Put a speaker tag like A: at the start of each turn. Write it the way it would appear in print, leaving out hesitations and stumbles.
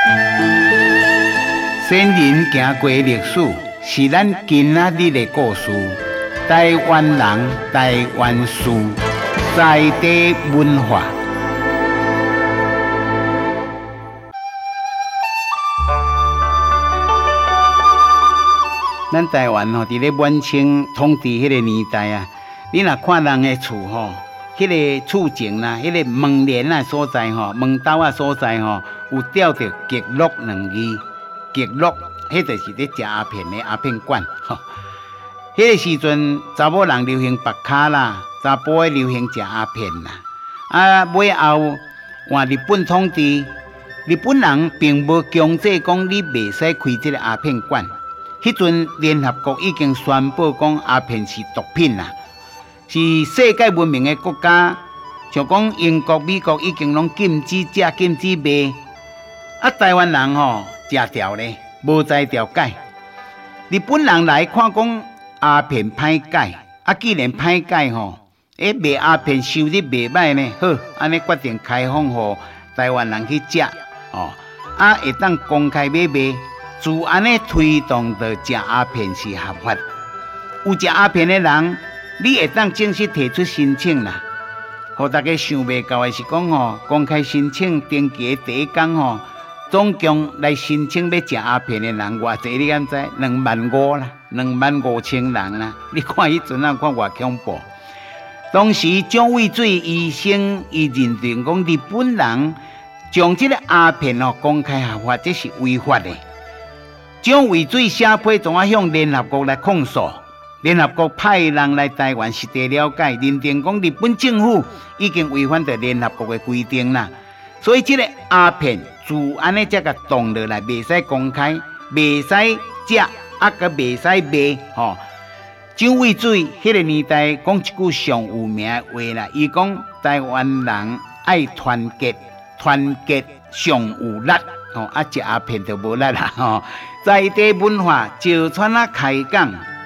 A: 先人行过的历史，是咱今仔日的故事。台湾人、台湾事，在地文化。咱台湾吼，伫咧满清统治迄个年代啊，你若看人的厝吼，迄个厝前啦，迄个门帘啊所在吼，门斗啊所在吼，有吊着“极乐”两字。极乐，迄就是咧食鸦片的鸦片馆吼。迄个时阵，查某人流行白卡啦，查甫的流行食鸦片啦。啊，尾后换日本统治，日本人并无强制讲你袂使开这个鸦片馆。迄阵联合国已经宣布讲鸦片是毒品啦，是世界闻名的国家，像讲英国、美国已经拢禁止食、禁止卖。啊，台湾人吼食条咧，无在调解。日本人来看讲鸦片歹解，啊，既然歹解吼，卖鸦片收入袂歹呢，好，安尼决定开放互台湾人去食，哦，啊，会当公开买卖。自安尼推动着食鸦片是合法，有食鸦片的人，你会当正式提出申请啦。互大家想袂到的是讲吼，公开申请登记的第一天吼，总共来申请要食鸦片的人偌济？你敢知？25000啦，25000人啦。你看迄阵啊，看偌恐怖。当时蒋渭水医生伊认定讲，日本人将这个鸦片吼公开合法，这是违法的。蒋渭水写批怎啊向联合国来控诉？联合国派人来台湾实地了解，认定讲日本政府已经违反着联合国的规定啦。所以这个鸦片自安尼才甲冻落来，袂使公开，袂使食，啊个袂使卖，吼。蒋渭水迄个年代讲一句上有名的话啦，伊讲台湾人爱团结，团结上有力，吼啊食鸦片就无力啦，吼。在地文化，石川啊开讲，